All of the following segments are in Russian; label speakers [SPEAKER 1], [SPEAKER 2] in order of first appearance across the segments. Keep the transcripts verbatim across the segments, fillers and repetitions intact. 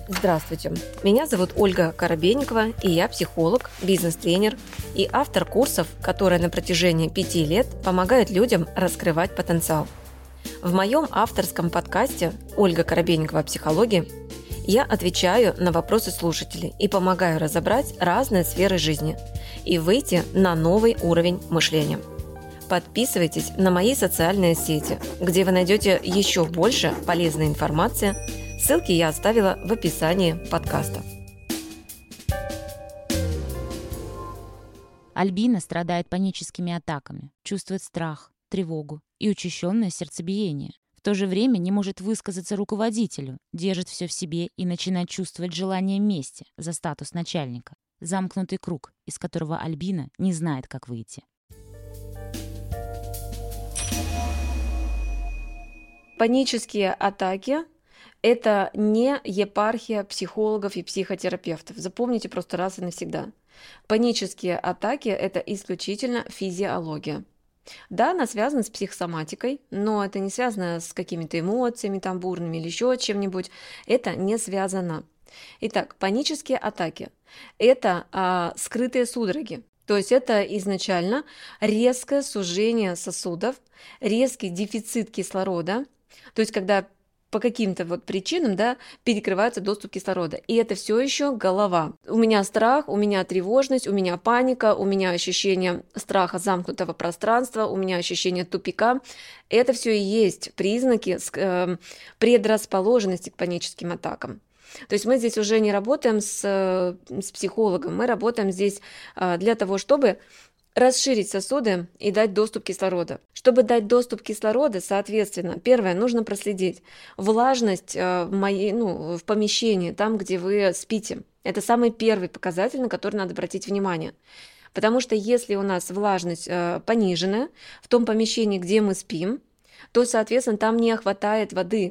[SPEAKER 1] Здравствуйте, меня зовут Ольга Коробейникова, и я психолог, бизнес-тренер и автор курсов, которые на протяжении пяти лет помогают людям раскрывать потенциал. В моем авторском подкасте «Ольга Коробейникова о психологии» я отвечаю на вопросы слушателей и помогаю разобрать разные сферы жизни и выйти на новый уровень мышления. Подписывайтесь на мои социальные сети, где вы найдете еще больше полезной информации. Ссылки я оставила в описании подкаста.
[SPEAKER 2] Альбина страдает паническими атаками, чувствует страх, тревогу и учащенное сердцебиение. В то же время не может высказаться руководителю, держит все в себе и начинает чувствовать желание мести за статус начальника. Замкнутый круг, из которого Альбина не знает, как выйти.
[SPEAKER 1] Панические атаки – это не епархия психологов и психотерапевтов. Запомните просто раз и навсегда. Панические атаки – это исключительно физиология. Да, она связана с психосоматикой, но это не связано с какими-то эмоциями там бурными или еще чем-нибудь. Это не связано. Итак, панические атаки – это а, скрытые судороги. То есть это изначально резкое сужение сосудов, резкий дефицит кислорода, то есть когда по каким-то вот причинам, да, перекрывается доступ кислорода. И это все еще голова. У меня страх, у меня тревожность, у меня паника, у меня ощущение страха замкнутого пространства, у меня ощущение тупика. Это все и есть признаки предрасположенности к паническим атакам. То есть мы здесь уже не работаем с, с психологом, мы работаем здесь для того, чтобы расширить сосуды и дать доступ кислорода. Чтобы дать доступ кислорода, соответственно, первое, нужно проследить влажность в, моей, ну, в помещении, там, где вы спите. Это самый первый показатель, на который надо обратить внимание. Потому что если у нас влажность пониженная в том помещении, где мы спим, то, соответственно, там не хватает воды.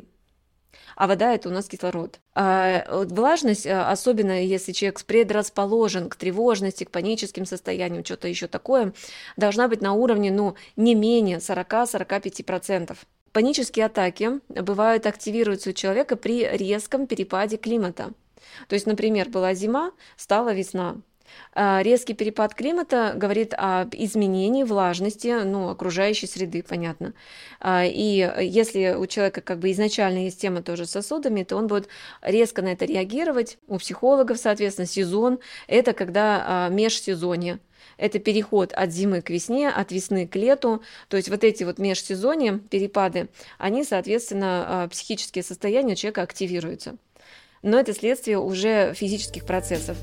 [SPEAKER 1] А вода – это у нас кислород. А влажность, особенно если человек предрасположен к тревожности, к паническим состояниям, что-то еще такое, должна быть на уровне ну, не менее сорок-сорок пять процентов. Панические атаки бывают активируются у человека при резком перепаде климата. То есть, например, была зима, стала весна. Резкий перепад климата говорит об изменении влажности ну, окружающей среды, понятно. И если у человека как бы изначально есть тема тоже с сосудами, то он будет резко на это реагировать. У психологов, соответственно, сезон – это когда межсезонье. Это переход от зимы к весне, от весны к лету. То есть вот эти вот межсезонья, перепады, они, соответственно, психические состояния у человека активируются. Но это следствие уже физических процессов.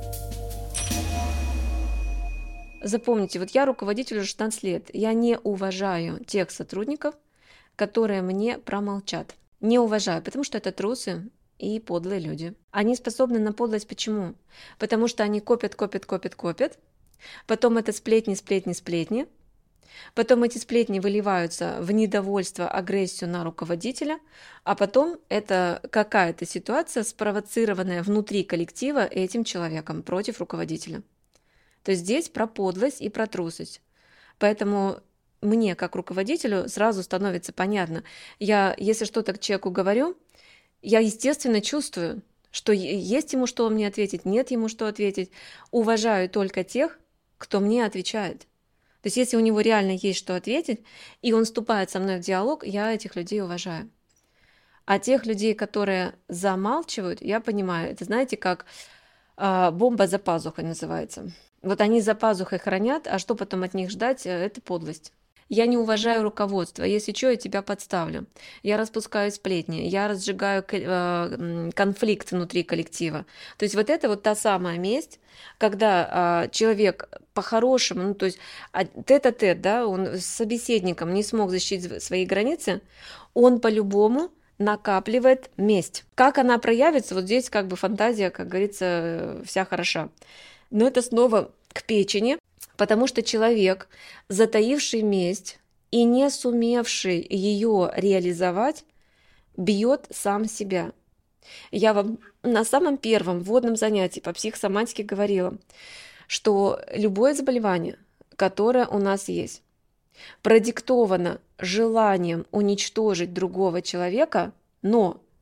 [SPEAKER 1] Запомните, вот я руководитель уже шестнадцать лет, я не уважаю тех сотрудников, которые мне промолчат. Не уважаю, потому что это трусы и подлые люди. Они способны на подлость почему? Потому что они копят, копят, копят, копят. Потом это сплетни, сплетни, сплетни. Потом эти сплетни выливаются в недовольство, агрессию на руководителя, а потом это какая-то ситуация, спровоцированная внутри коллектива этим человеком против руководителя. То есть здесь про подлость и про трусость. Поэтому мне, как руководителю, сразу становится понятно. Я, если что-то к человеку говорю, я, естественно, чувствую, что есть ему что мне ответить, нет ему что ответить. Уважаю только тех, кто мне отвечает. То есть если у него реально есть что ответить, и он вступает со мной в диалог, я этих людей уважаю. А тех людей, которые замалчивают, я понимаю, это знаете, как э, бомба за пазухой называется. Вот они за пазухой хранят, а что потом от них ждать, это подлость. Я не уважаю руководство. Если что, я тебя подставлю. Я распускаю сплетни, я разжигаю конфликт внутри коллектива. То есть вот это вот та самая месть, когда человек по-хорошему, ну то есть тет-а-тет, да, он с собеседником не смог защитить свои границы, он по-любому накапливает месть. Как она проявится, вот здесь как бы фантазия, как говорится, вся хороша. Но это снова к печени, потому что человек, затаивший месть и не сумевший ее реализовать, бьет сам себя. Я вам на самом первом вводном занятии по психосоматике говорила, что любое заболевание, которое у нас есть, продиктовано желанием уничтожить другого человека, но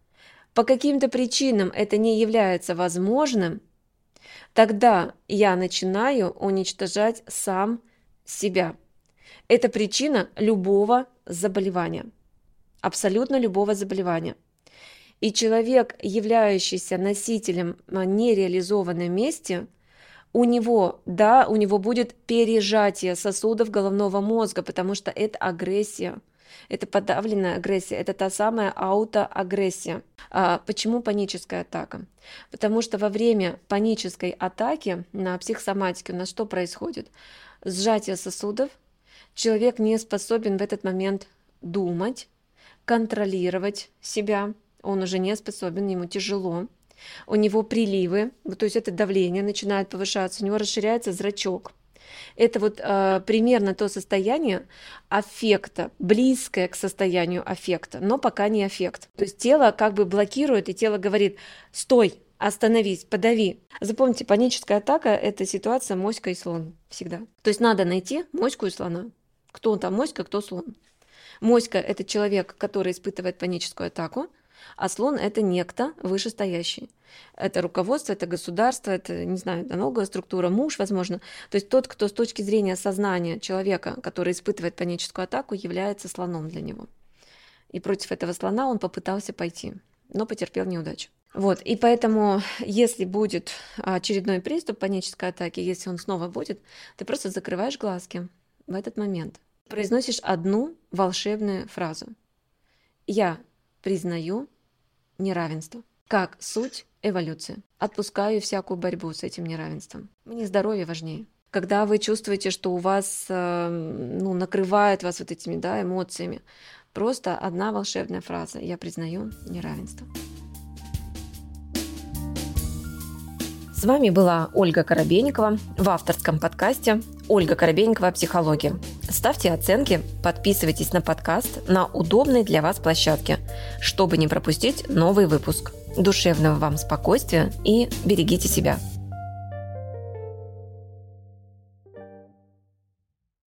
[SPEAKER 1] по каким-то причинам это не является возможным, тогда я начинаю уничтожать сам себя. Это причина любого заболевания, абсолютно любого заболевания. И человек, являющийся носителем нереализованной мести, у него, да, у него будет пережатие сосудов головного мозга, потому что это агрессия, это подавленная агрессия, это та самая аутоагрессия. А почему паническая атака? Потому что во время панической атаки на психосоматике у нас что происходит? Сжатие сосудов, человек не способен в этот момент думать, контролировать себя, он уже не способен, ему тяжело. У него приливы, то есть это давление начинает повышаться, у него расширяется зрачок. Это вот э, примерно то состояние аффекта, близкое к состоянию аффекта, но пока не аффект. То есть тело как бы блокирует, и тело говорит: стой, остановись, подави. Запомните, паническая атака – это ситуация моська и слон всегда. То есть надо найти моську и слона. Кто там моська, кто слон. Моська – это человек, который испытывает паническую атаку, а слон – это некто вышестоящий. Это руководство, это государство, это, не знаю, налоговая структура, муж, возможно. То есть тот, кто с точки зрения сознания человека, который испытывает паническую атаку, является слоном для него. И против этого слона он попытался пойти, но потерпел неудачу. Вот, и поэтому, если будет очередной приступ панической атаки, если он снова будет, ты просто закрываешь глазки в этот момент. Произносишь одну волшебную фразу. Я признаю неравенство как суть эволюции. Отпускаю всякую борьбу с этим неравенством. Мне здоровье важнее. Когда вы чувствуете, что у вас, ну, накрывает вас вот этими, да, эмоциями, просто одна волшебная фраза. Я признаю неравенство. С вами была Ольга Коробейникова в авторском подкасте «Ольга Коробейникова. Психология». Ставьте оценки, подписывайтесь на подкаст на удобной для вас площадке, чтобы не пропустить новый выпуск. Душевного вам спокойствия и берегите себя.